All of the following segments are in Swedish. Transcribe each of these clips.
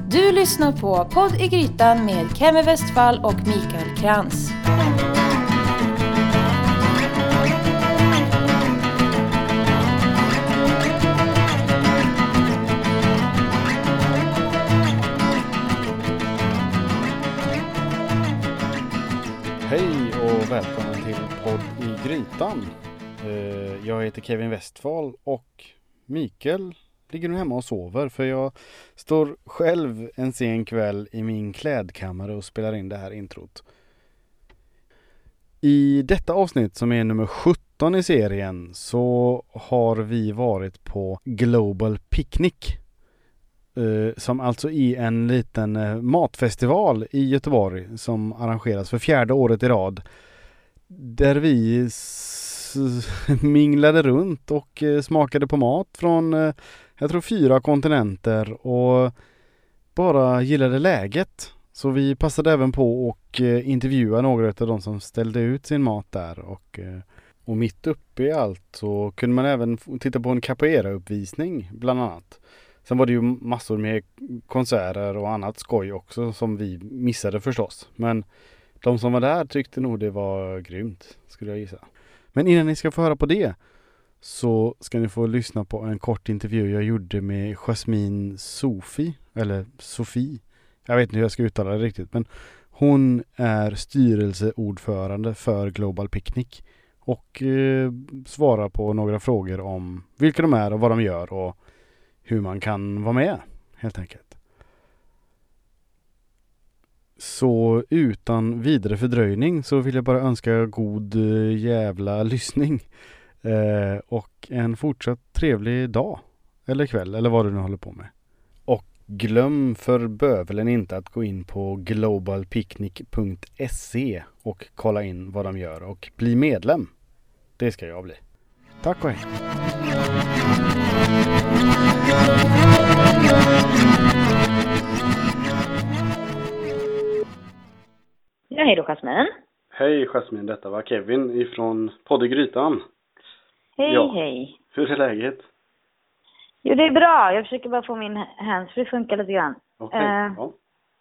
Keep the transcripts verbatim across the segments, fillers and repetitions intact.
Du lyssnar på Podd i Grytan med Kevin Westfall och Mikael Krantz. Hej och välkommen till Podd i Grytan. Jag heter Kevin Westfall och Mikael ligger nu hemma och sover, för jag står själv en sen kväll i min klädkammare och spelar in det här introt. I detta avsnitt, som är nummer sjutton i serien, så har vi varit på Global Picnic, som alltså är en liten matfestival i Göteborg som arrangeras för fjärde året i rad, där vi s- minglade runt och smakade på mat från, jag tror, fyra kontinenter och bara gillade läget. Så vi passade även på och intervjua några av de som ställde ut sin mat där, och, och mitt uppe i allt så kunde man även titta på en capoeira-uppvisning bland annat. Sen var det ju massor med konserter och annat skoj också som vi missade förstås. Men de som var där tyckte nog det var grymt, skulle jag gissa. Men innan ni ska få höra på det så ska ni få lyssna på en kort intervju jag gjorde med Jasmine Sofi, eller Sofie. Jag vet inte hur jag ska uttala det riktigt, men hon är styrelseordförande för Global Picnic och eh, svarar på några frågor om vilka de är och vad de gör och hur man kan vara med, helt enkelt. Så utan vidare fördröjning så vill jag bara önska god jävla lyssning. Eh, och en fortsatt trevlig dag. Eller kväll, eller vad du nu håller på med. Och glöm för bövelen inte att gå in på global picnic punkt se och kolla in vad de gör och bli medlem. Det ska jag bli. Tack och hej. Ja, hej då Jasmine. Hej Jasmine, detta var Kevin ifrån Podd i Grytan. Hej, Ja. hej. Hur är läget? Jo, det är bra. Jag försöker bara få min handsfree funka lite grann. Okej, Eh. ja.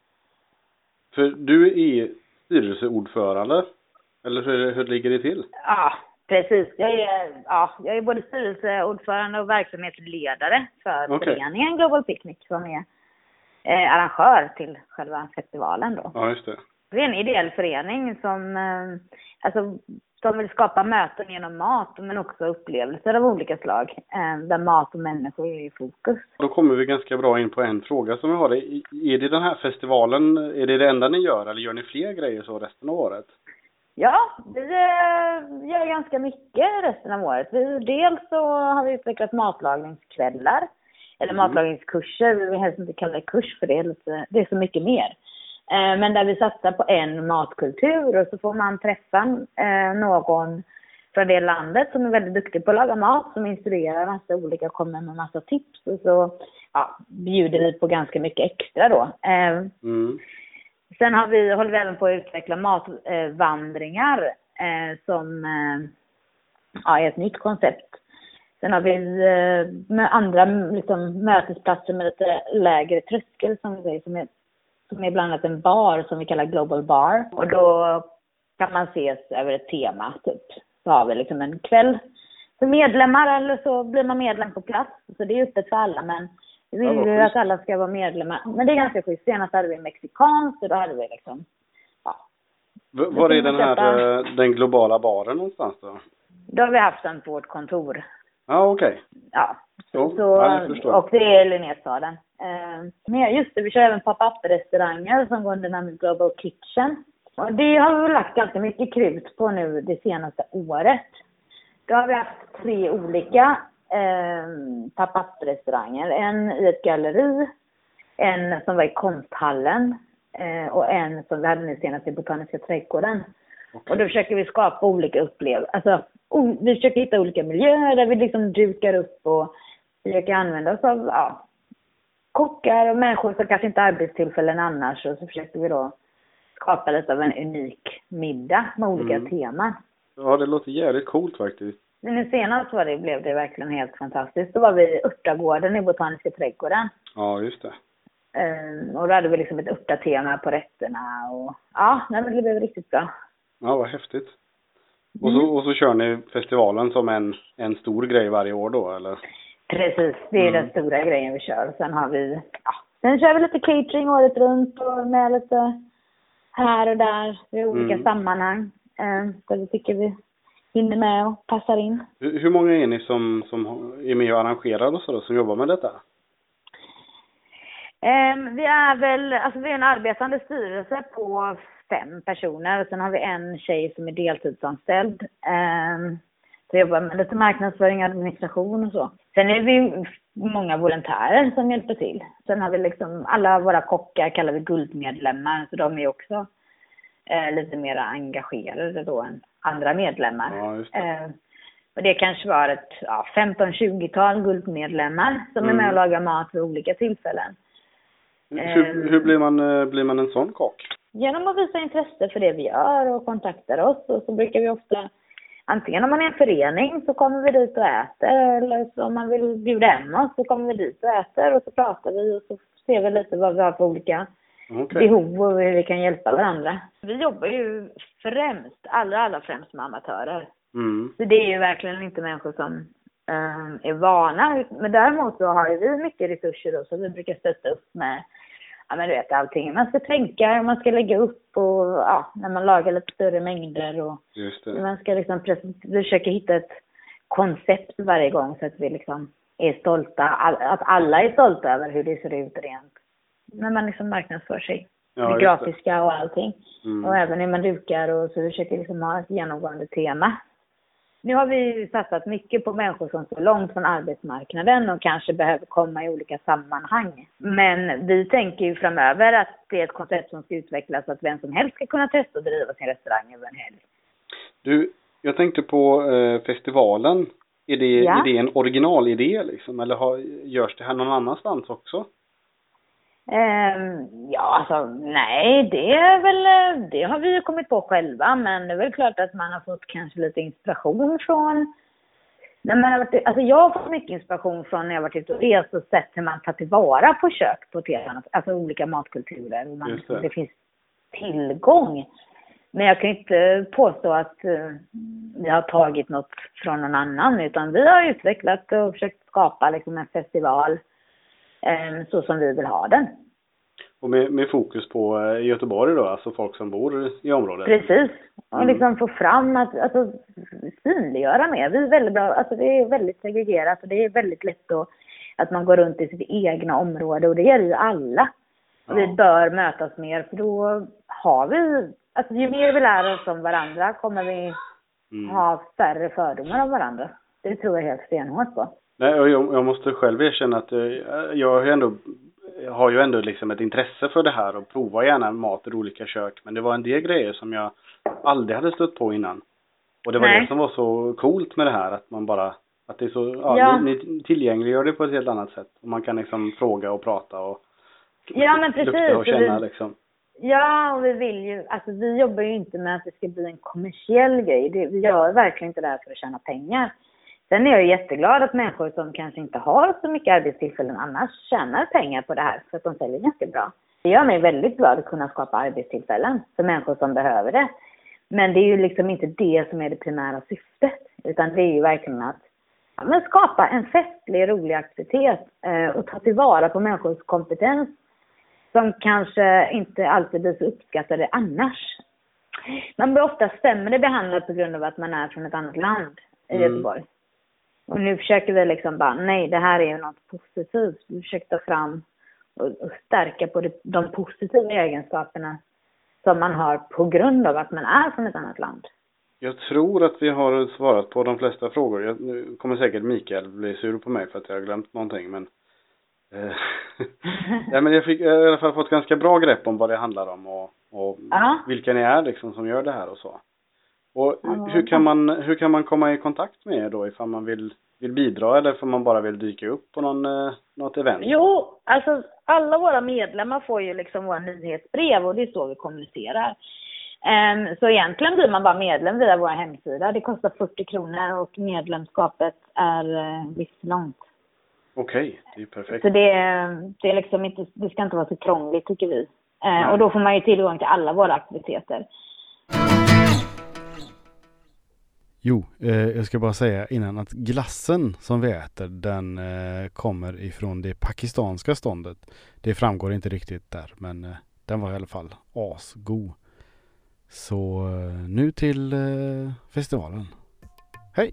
För du är styrelseordförande, eller hur, hur ligger det till? Ja, precis. Jag är, ja, jag är både styrelseordförande och verksamhetsledare för Okej. föreningen Global Picnic, som är eh, arrangör till själva festivalen då. Ja, just det. Det är en ideell förening som, eh, alltså, som vill skapa möten genom mat, men också upplevelser av olika slag, eh, där mat och människor är i fokus. Då kommer vi ganska bra in på en fråga som vi har. Är det den här festivalen, är det det enda ni gör, eller gör ni fler grejer så resten av året? Ja, vi eh, gör ganska mycket resten av året. Vi, dels så har vi utvecklat matlagningskvällar, eller Mm. matlagningskurser. Vi vill helst inte kalla det kurs, för det är, lite, det är så mycket mer. Eh, men där vi satsar på en matkultur, och så får man träffa eh, någon från det landet som är väldigt duktig på att laga mat, som instruerar massa olika, kommer med massa tips, och så ja, bjuder vi på ganska mycket extra då. Eh, Mm. Sen har vi, håller vi även på att utveckla matvandringar eh, som eh, ja, är ett nytt koncept. Sen har vi eh, med andra liksom, mötesplatser med lite lägre tröskel, som vi säger, som är, som är bland annat en bar som vi kallar Global Bar. Och då kan man ses över ett tema typ. Så har vi liksom en kväll för medlemmar, eller så blir man medlem på plats. Så det är öppet för alla, men vi vill ju Ja, att alla ska vara medlemmar. Men det är ganska schysst. Senast hade vi mexikanskt, och då hade vi liksom, ja. V- var är den här, eh, den globala baren någonstans då? Då har vi haft den på vårt kontor. Ja, okej. Ja. Jo, Så, ja, jag förstår. och det är Linnéstaden. Eh, men just det, vi kör även pop-up-restauranger som går under namnet Global Kitchen. Och det har vi lagt ganska mycket krut på nu det senaste året. Då har vi haft tre olika eh, pop-up-restauranger. En i ett galleri, en som var i konsthallen eh, och en som vi hade nu senast i Botaniska trädgården. Okay. Och då försöker vi skapa olika upplevelser. Alltså, o- vi försöker hitta olika miljöer där vi liksom dukar upp och försöker använda oss av ja, kockar och människor som kanske inte har arbetstillfällen annars. Och så försöker vi då skapa lite av en unik middag med olika Mm. teman. Ja, det låter jävligt coolt faktiskt. Men nu senast var det, blev det verkligen helt fantastiskt. Då var vi i Örtagården i Botaniska trädgården. Ja, just det. Um, och då hade vi liksom ett uppdatema på rätterna. Och, ja, nej, men det blev riktigt bra. Ja, vad häftigt. Och så, Mm. och så kör ni festivalen som en, en stor grej varje år då, eller? Precis, det är Mm. den stora grejen vi kör. Sen har vi, ja, sen kör vi lite catering året runt och med lite här och där i olika Mm. sammanhang. Um, så vi tycker vi hinner med och passar in. Hur, hur många är ni som, som är med och arrangerar och så då, som jobbar med detta? Um, vi är väl, alltså vi är en arbetande styrelse på fem personer. Och sen har vi en tjej som är deltidsanställd. Um, så jobbar med lite marknadsföring, administration och så. Sen är vi många volontärer som hjälper till. Sen har vi liksom, alla våra kockar kallar vi guldmedlemmar. Så de är också eh, lite mer engagerade då än andra medlemmar. Ja, just det. Eh, och det kanske var ett ja, femton tjugotal guldmedlemmar som Mm. är med och lagar mat vid olika tillfällen. Hur, hur blir man, eh, blir man en sån kock? Genom att visa intresse för det vi gör och kontaktar oss. Och så brukar vi ofta, antingen om man är en förening så kommer vi dit och äter. Eller så om man vill bjuda hem oss så kommer vi dit och äter. Och så pratar vi och så ser vi lite vad vi har för olika Okay. behov och hur vi kan hjälpa varandra. Vi jobbar ju främst, allra, allra främst med amatörer. Mm. Så det är ju verkligen inte människor som um, är vana. Men däremot så har ju vi mycket resurser då, så vi brukar stötta upp med, ja men du vet, allting. Man ska tänka, man ska lägga upp och ja, när man lagar lite större mängder och Just det. man ska liksom försöka hitta ett koncept varje gång så att vi liksom är stolta, all, att alla är stolta över hur det ser ut rent. När man liksom marknadsför sig. Ja, med just grafiska och allting. Mm. Och även när man dukar och så försöker liksom ha ett genomgående tema. Nu har vi satsat mycket på människor som står långt från arbetsmarknaden och kanske behöver komma i olika sammanhang. Men vi tänker ju framöver att det är ett koncept som ska utvecklas så att vem som helst ska kunna testa och driva sin restaurang över en helg. Du, jag tänkte på eh, festivalen. Är det, Ja. är det en originalidé liksom? Eller har, görs det här någon annanstans också? Um, ja, alltså nej, det är väl, det har vi ju kommit på själva, men det är väl klart att man har fått kanske lite inspiration från, när man har varit, alltså jag har fått mycket inspiration från när jag har varit ute och rest och sett hur man tar tillvara på kök på ett helt annat, alltså olika matkulturer och man, Just det. det finns tillgång. Men jag kan inte påstå att uh, vi har tagit något från någon annan, utan vi har utvecklat och försökt skapa liksom en festival um, så som vi vill ha den. Och med, med fokus på eh, Göteborg då, alltså folk som bor i området. Precis. Och Mm. liksom få fram att, alltså synliggöra mer. Vi är väldigt bra, alltså det är väldigt segregerat och det är väldigt lätt att, att man går runt i sitt egna område och det gäller ju alla. Ja. Vi bör mötas mer för då har vi, alltså ju mer vi lär oss om varandra kommer vi Mm. ha färre fördomar om varandra. Det tror jag helt stenhårt på. Nej, och jag, jag måste själv erkänna att eh, jag har ju ändå, jag har ju ändå liksom ett intresse för det här och provar gärna mat i olika kök. Men det var en del grejer som jag aldrig hade stött på innan. Och det var Nej. det som var så coolt med det här, att man bara, att det är så, ja, Ja. Ni, ni tillgängliggör det på ett helt annat sätt. Och man kan liksom fråga och prata och Ja, men precis. lukta och känna Vi- liksom. Ja, och vi vill ju, alltså vi jobbar ju inte med att det ska bli en kommersiell grej. Det, vi gör verkligen inte det här för att tjäna pengar. Sen är jag jätteglad att människor som kanske inte har så mycket arbetstillfällen annars tjänar pengar på det här för att de säljer ganska bra. Det gör mig väldigt glad att kunna skapa arbetstillfällen för människor som behöver det. Men det är ju liksom inte det som är det primära syftet, utan det är ju verkligen att ja, men skapa en festlig, rolig aktivitet eh, och ta tillvara på människors kompetens som kanske inte alltid blir så uppskattade annars. Man blir ofta sämre behandlad på grund av att man är från ett annat land i Mm. Göteborg. Och nu försöker vi liksom bara, nej, det här är ju något positivt. Vi försöker ta fram och, och stärka på det, de positiva egenskaperna som man har på grund av att man är från ett annat land. Jag tror att vi har svarat på de flesta frågor. Jag, nu kommer säkert Mikael bli sur på mig för att jag har glömt någonting. Men, eh, ja, men jag fick jag har i alla fall fått ganska bra grepp om vad det handlar om. Och, och Ja. vilka ni är liksom som gör det här och så. Och Ja. hur, kan man, hur kan man komma i kontakt med er då ifall man vill, vill bidra eller ifall man bara vill dyka upp på någon, eh, något event? Jo, alltså alla våra medlemmar får ju liksom våra nyhetsbrev och det är så vi kommunicerar. Um, så egentligen blir man bara medlem via vår hemsida. Det kostar fyrtio kronor och medlemskapet är uh, livslångt. Okej, okay, det är perfekt. Så det, det, är liksom inte, det ska inte vara så krångligt tycker vi. Eh, och då får man ju tillgång till alla våra aktiviteter. Jo, eh, jag ska bara säga innan att glassen som vi äter, den eh, kommer ifrån det pakistanska ståndet. Det framgår inte riktigt där, men eh, den var i alla fall asgod. Så eh, nu till eh, festivalen. Hej!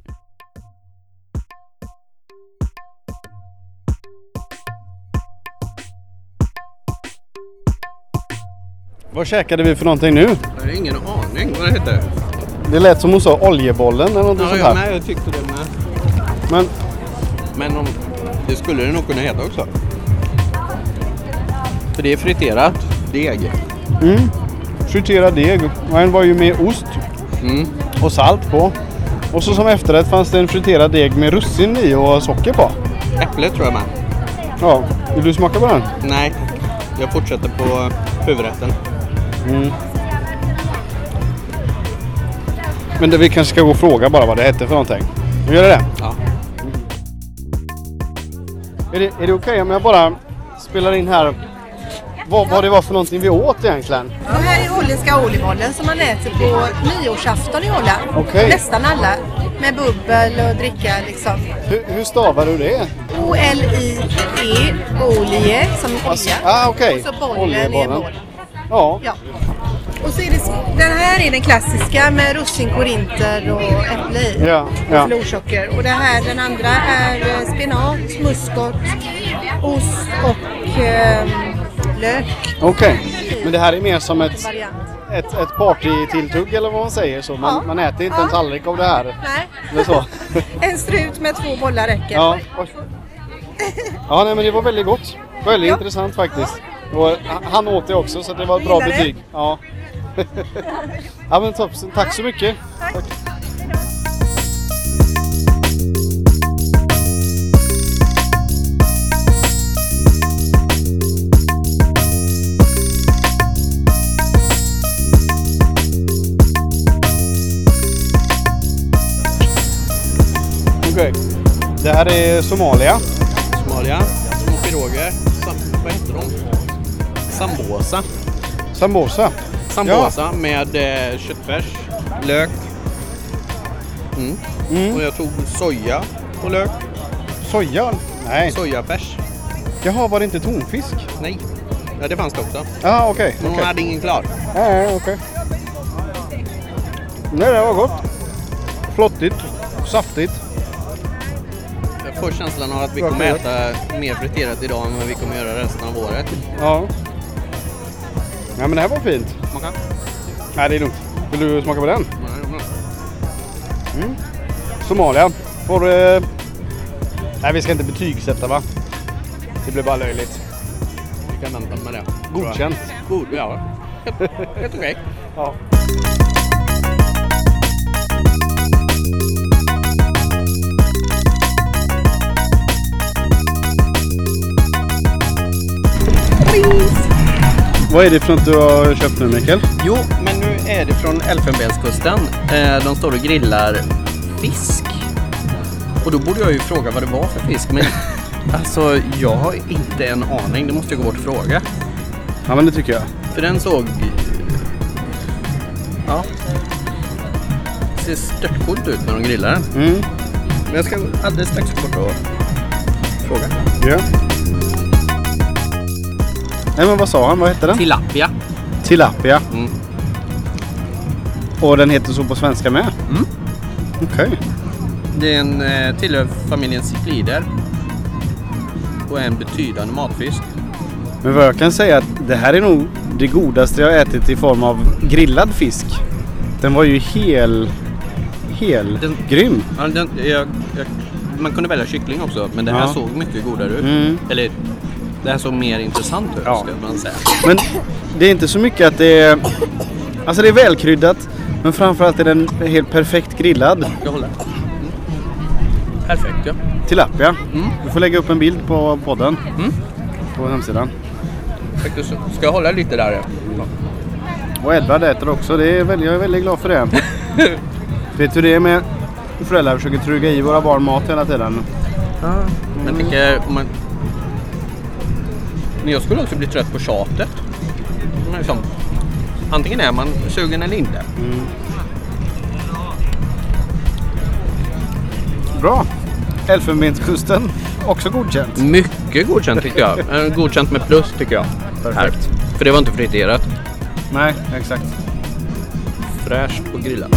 Vad käkade vi för någonting nu? Jag har ingen aning vad det heter. Det lät som hon sa oljebollen eller något ja, sånt här. här. Ja, jag tyckte det med. Men, Men om, det skulle det nog kunna heta också. För det är friterat deg. mm, friterad deg. Den var ju med ost Mm. och salt på. Och så som efterrätt fanns det en friterad deg med russin i och socker på. Äpple tror jag med. Ja, vill du smaka på den? Nej, jag fortsätter på huvudrätten. Mm. Men det, vi kanske ska gå och fråga bara vad det heter för någonting. Vi gör det? Ja. Är det, är det okej okay om jag bara spelar in här vad, vad det var för någonting vi åt egentligen? Det här är holländska oljebollen som man äter på nyårsafton i Holland. Okay. Nästan alla. Med bubbel och dricka liksom. Hur, hur stavar du det? O L I E, olje som olja. Alltså, ah, okej. Okay. Och så bollen är boll. Ja. ja. Och så är det, den här är den klassiska med russin, korinter och äpple i. Ja, ja. Och florsocker. Och det här, den andra är spenat, muskot, ost och eh, lök. Okej, okay. Men det här är mer som ett, variant. ett, ett partytilltugg eller vad man säger så. Man, Ja. man äter inte Ja. en tallrik av det här. Nej. Eller så. En strut med två bollar räcker. Ja, ja nej, men det var väldigt gott. Väldigt Ja. intressant faktiskt. Och han åt det också så det var ett bra Gillar det? betyg. Ja. Ja men topp, tack så mycket. Tack. Tack. Okej, okay. Det här är Somalia. Somalia, små piroger. Sam, vad heter de? Sambosa. Sambosa. Sambosa ja. Med eh, köttfärs, lök. Mm. Mm. Och jag tog soja och lök. Soja? Nej. Sojafärs. Jaha, var det inte tonfisk? Nej, ja, det fanns det också. Ja, okej. Okay, Men hon okay. hade ingen klar. Nej, okej. Okay. Nej, det var gott. Flottigt, saftigt. Jag får känslan av att vi kommer äta mer friterat idag än vad vi kommer göra resten av året. Ja. Ja, men det här var fint. Smaka? Nej, det är lugnt. Vill du smaka på den? Nej, Mm. Somalia. Får, eh... Nej, vi ska inte betygsätta, va? Det blir bara löjligt. Vi kan vänta med det. Godkänt. God, ja. Helt, helt okej. Okay. Ja. Vad är det för något du har köpt nu, Mikael? Jo, men nu är det från Elfenbenskusten. De står och grillar fisk. Och då borde jag ju fråga vad det var för fisk. Men alltså, jag har inte en aning. Det måste jag gå bort och fråga. Ja, men det tycker jag. För den såg... Ja. Det ser störtcoolt ut när de grillar den. Mm. Men jag ska alldeles strax gå bort och fråga. Ja. Nej, men vad sa han? Vad heter den? Tilapia. Tilapia. Mm. Och den heter så på svenska med? Mm. Okej. Okay. Det är en eh, tillhör familjen Cichlider. Och är en betydande matfisk. Men vad jag kan säga att det här är nog det godaste jag har ätit i form av grillad fisk. Den var ju hel... Hel... Den, grym. Ja, den, jag, jag, man kunde välja kyckling också. Men det här Ja. såg mycket godare ut. Mm. Eller... Det här såg mer intressant ut, Ja. ska man säga. Men det är inte så mycket att det är... Alltså det är välkryddat. Men framförallt är den helt perfekt grillad. Jag håller. Mm. Perfekt, ja. Tilapia. Mm. Du får lägga upp en bild på podden. Mm. På hemsidan. Faktiskt, ska jag hålla lite där? Ja. Och Edvard äter också. Det är väldigt, jag är väldigt glad för det. Vet du det med föräldrar försöker truga i våra barn mat hela tiden? Ah. Men jag tycker, om man... Men jag skulle också bli trött på tjatet. Men liksom, antingen är man sugen eller inte. Mm. Bra. Elfenbenskusten, också godkänt. Mycket godkänt tycker jag. Eh, Godkänt med plus tycker jag. Perfekt. För det var inte friterat. Nej, exakt. Fräscht och grillat.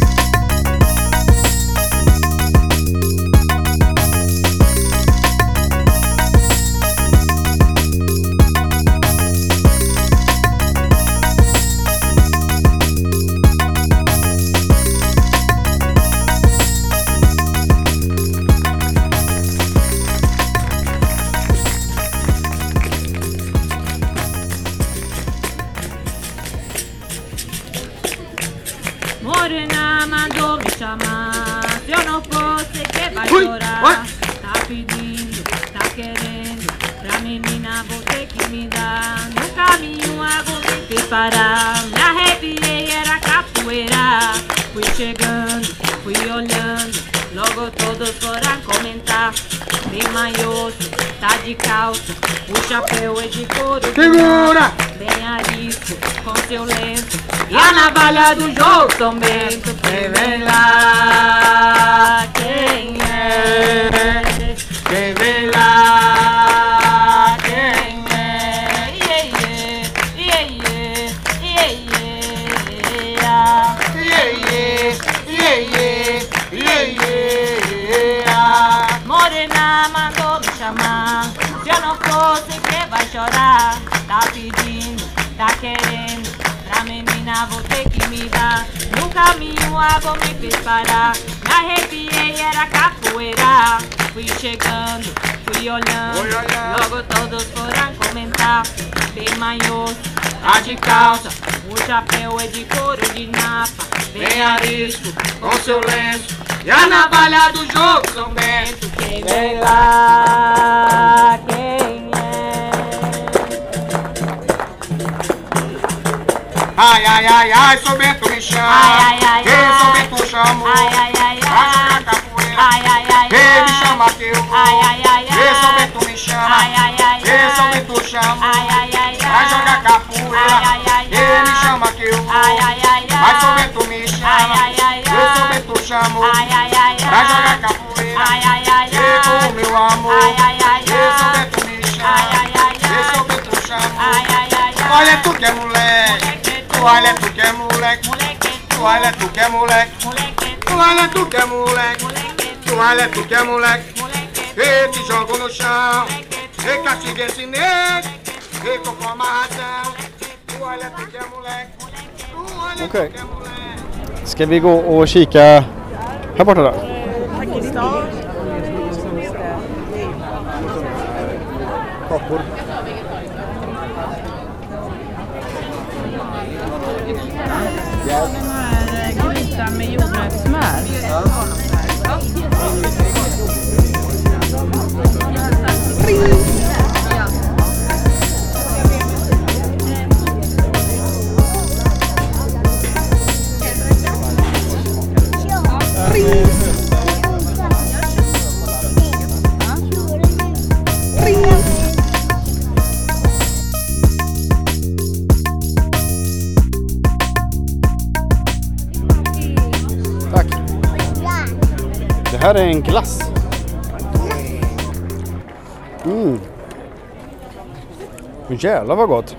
Morena mandou me chamar. Se eu não fosse, que vai chorar? Tá pedindo, tá querendo. Pra menina vou ter que me dar. No caminho a vou ter que parar. Me arrepiei, era capoeira. Fui chegando, fui olhando. Logo todos foram comentar. Bem maioso, tá de calça. O chapéu é de couro. Segura! Bem arisco, com seu lenço. E a navalha do jogo também. Quem vem lá, quem é? Quem vem lá, quem é? Iê, iê, iê, iê, iê, iê, iê, iê, Morena mandou me chamar. Se eu não fosse, que vai chorar? Tá pedindo, tá querendo. Pra menina vou ter que me dar. No caminho a água me fez parar. Me arrepiei, era capoeira. Fui chegando, fui olhando. Logo todos foram comentar. Bem manhoso, tá de calça. O chapéu é de couro de napa. Bem arisco, com seu lenço. E a navalha do jogo São Bento. Quem vem lá, quem é? Ai, ai, ai, ai, São Bento me chama. Ai, ai, ai, Quem ai. São Bento chamo. Ai, ai, ai, Vai ai. jogar capoeira. Ai, ai, ai, Quem ai. me chama que eu vou. Ai, ai, ai, Quem ai. São Bento me chama. Ai, ai, ai, Quem ai. São Bento chamo. Ai, ai, ai, Vai ai. jogar capoeira. Ai, ai, ai, Quem ai. me chama que eu vou. Ai, ai, ai, ai. Vai São Bento me Ai, chama. ai, ai, Quem ai. São Bento chamo. Ai, ai, ai, Vai ai. jogar capoeira. Ai, ai, ai, Quem ai. com o meu amor. Ai, ai, ai, Quem São ai. Bento me chama. Ai, ai, ai, Quem ai. São Bento chamo. Ai, ai, ai, ai. Olha tu que é moleque. Olha tu que é moleque. Olha tu que é moleque. Olha tu que é moleque. Olha tu que é moleque. Eu te jogo no chão. Eu castigo esse negro. Eu tô com amarração. Olha tu que é moleque. Olha tu Okej. que é moleque. Ska vi gå och kika här borta då? Kakor. Grytan med jordnötssmör. Tack. Det här är en glass. Mm. Jävlar vad gott.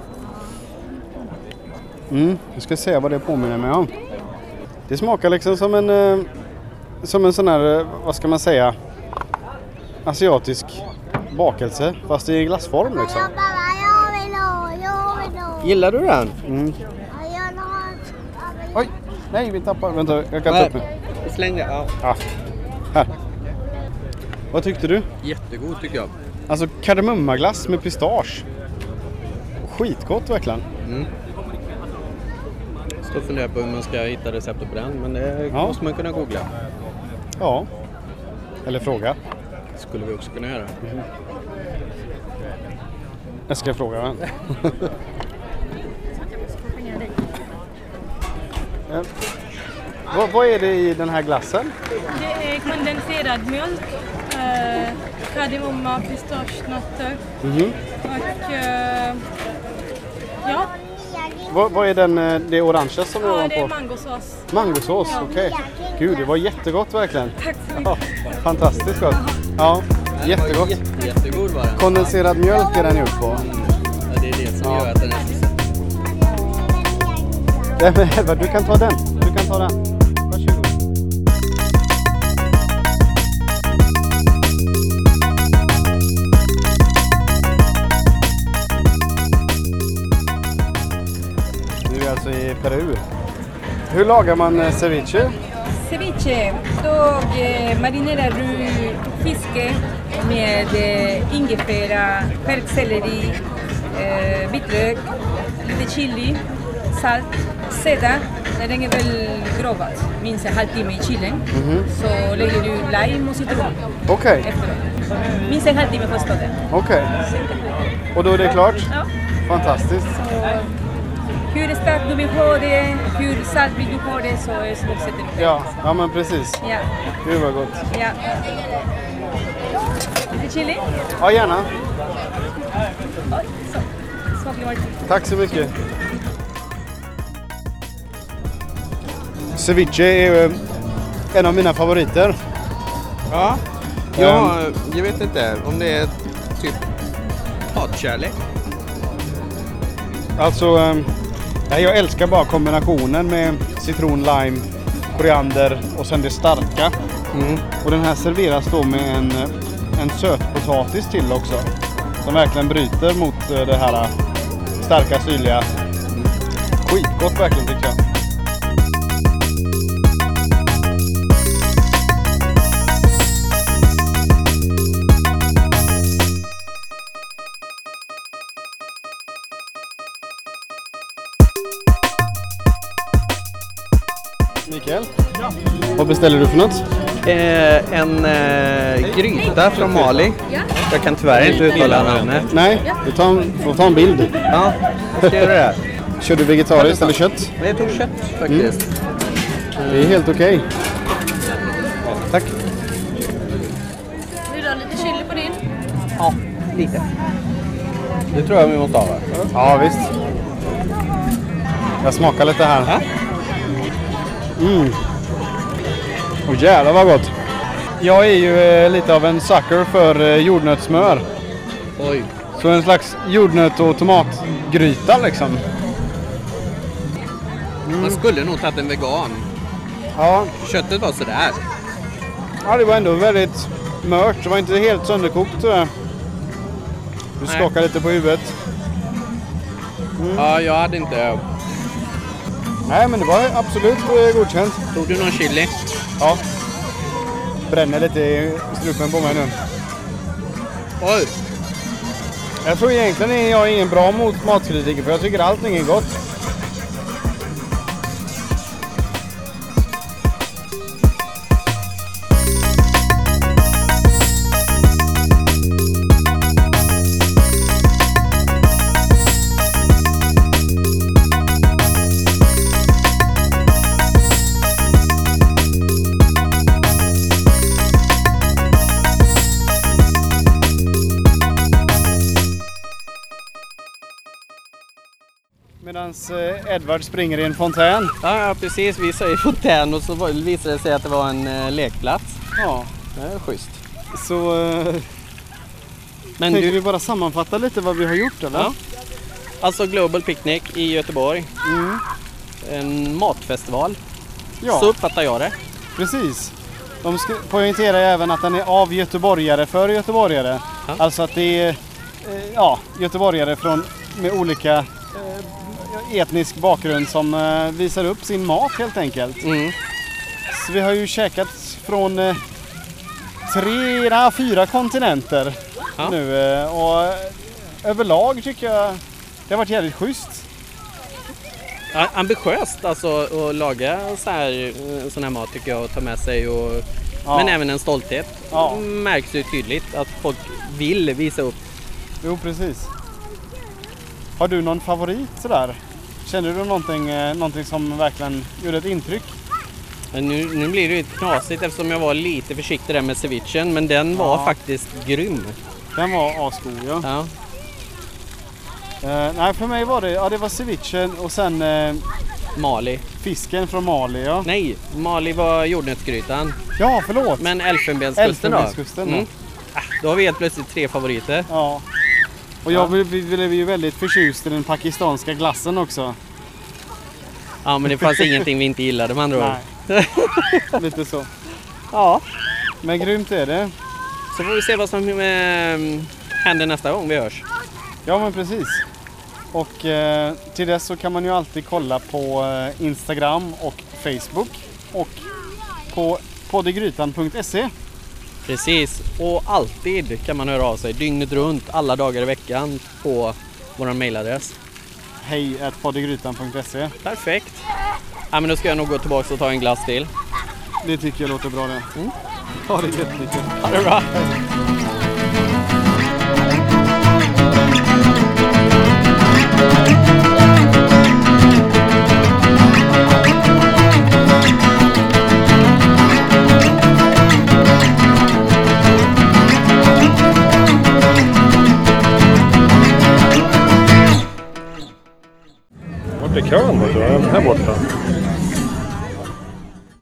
Mm, jag ska se vad det påminner mig om. Det smakar liksom som en eh, som en sån här, eh, vad ska man säga, asiatisk bakelse fast i glassform liksom. Gillar du den? Mm. Oj, nej vi tappar, vänta jag kan ta upp mig. Släng det, ja. Ja, här. Vad tyckte du? Jättegod tycker jag. Alltså kardemummaglass med pistage. Skitgott verkligen. Mm. Står och funderar på hur man ska hitta receptet på den, men det Ja. måste man kunna googla. Ja. Eller fråga. Skulle vi också kunna göra. Jag ska fråga. Va? Ja. Vad, vad är det i den här glassen? Det är kondenserad mjölk, eh, kardemumma, pistagenötter Mhm. och eh, ja, Vad, vad är den, eh, det orangea som är ja, det är ovanpå? mangosås. Mangosås, Ja. okej. Gud, det var jättegott verkligen. Tack så mycket. Ja, fantastiskt gott. Ja, jättegott. Jätte, jättegod var den. Kondenserad mjölk är den gjord på. Ja, det är det som Ja. gör att den är så söt. Nej, men Edvard, du kan ta den. Du kan ta den. Varsågod. Nu är vi alltså i Peru. Hur lagar man eh, ceviche? Ceviche, då eh, marinerar du fiske med eh, ingefära, skärselleri, eh, vitlök, lite chili, salt. Sedan, när den är väl grovad, minst en halvtimme i kylen, Mhm. så lägger du lime och citron Okej, efteråt. Minst en halvtimme får stå där. okej. Och då är det klart? Ja. Fantastiskt. Så, hur starkt du vill ha det, hur salt vill du ha det, så är så sätter du det. Ja, ja men precis. Ja. Gud vad gott. Ja. Lite chili? Ja, gärna. Oj, så. Smaklig var det. Tack så mycket. Ceviche är ju en av mina favoriter. Ja, ja jag vet inte om det är typ hatkärlek. Alltså, eh, nej, jag älskar bara kombinationen med citron, lime, koriander och sen det starka. Mm. Och den här serveras då med en, en sötpotatis till också. Som verkligen bryter mot eh, det här eh, starka, syrliga. Skitgott verkligen tycker jag. Mikael? Ja. Vad beställer du för något? Eh, en eh, gryta från Mali. Jag kan tyvärr inte uttala namnet. Nej, du tar en, får ta en bild. Ja, jag ska göra det. Kör du vegetariskt eller kött? Men jag tog kött faktiskt. Det är helt okej. Tack. Vill du ha lite chili på din? Ja, lite. Det tror jag vi måste ha, va? Ja, visst. Jag smakar lite här. Ja. Mm. Åh jävlar vad gott. Jag är ju eh, lite av en sucker för eh, jordnötssmör. Oj. Så en slags jordnöt- och tomatgryta liksom. Man skulle nog tagit en vegan. Ja. Köttet var sådär. Ja, det var ändå väldigt mört. Det var inte helt sönderkokt. Så. Du Nej. skakar lite på huvudet. Mm. Ja, jag hade inte... Nej, men det var absolut eh, godkänt. Tog du någon chili? Ja. Bränner lite i strupen på mig nu. Oj. Jag tror egentligen är jag ingen bra mot matkritiker för jag tycker allting är gott. Medan Edvard springer i en fontän. Ja, precis. Vi sa i fontän och så var- visade det sig att det var en eh, lekplats. Ja, Det är schysst. så eh, Men tänkte du, vi bara sammanfatta lite vad vi har gjort eller? Ja. alltså Global Picnic i Göteborg. Mm. En matfestival. Ja, Så uppfattar jag det. precis. De sk- poängterar ju även att den är av göteborgare för göteborgare. Ja. Alltså att det är eh, ja, göteborgare från, med olika eh, etnisk bakgrund som eh, visar upp sin mat helt enkelt. Mm. Så vi har ju käkat från eh, tre, nej, fyra kontinenter Ja. nu eh, och eh, överlag tycker jag det har varit jävligt schysst. Ja, ambitiöst alltså att laga så här, sån här mat tycker jag och ta med sig. Och, Ja. Men även en stolthet. Ja. Märks ju tydligt att folk vill visa upp. Jo, precis. Har du någon favorit sådär? Känner du någonting, eh, någonting som verkligen gjorde ett intryck? Men nu, nu blir det ju knasigt eftersom jag var lite försiktig där med cevichen. Men den var Ja. faktiskt grym. Den var asgod, ja. Ja. Uh, nej, för mig var det, ja det var cevichen och sen uh, Mali. fisken från Mali, ja. Nej, Mali var jordnötsgrytan. Ja, förlåt. Men Elfenbenskusten då? Elfenbenskusten, Mm. ja. Ah, då har vi helt plötsligt tre favoriter. Ja. Och jag blev, vi blev ju väldigt förtjust i den pakistanska glassen också. Ja, men det fanns ingenting vi inte gillade med andra ord. Nej. Lite så. Ja. Men grymt är det. Så får vi se vad som eh, händer nästa gång vi hörs. Ja, men precis. Och eh, till dess så kan man ju alltid kolla på eh, Instagram och Facebook och på poddegrytan punkt se. Precis, och alltid kan man höra av sig dygnet runt, alla dagar i veckan på vår mailadress. Hej at poddegrytan punkt se. Perfekt. Ja, men då ska jag nog gå tillbaka och ta en glass till. Det tycker jag låter bra det. Mm. Ha det jättemycket. Ha det bra. Vart är kön då? Här borta.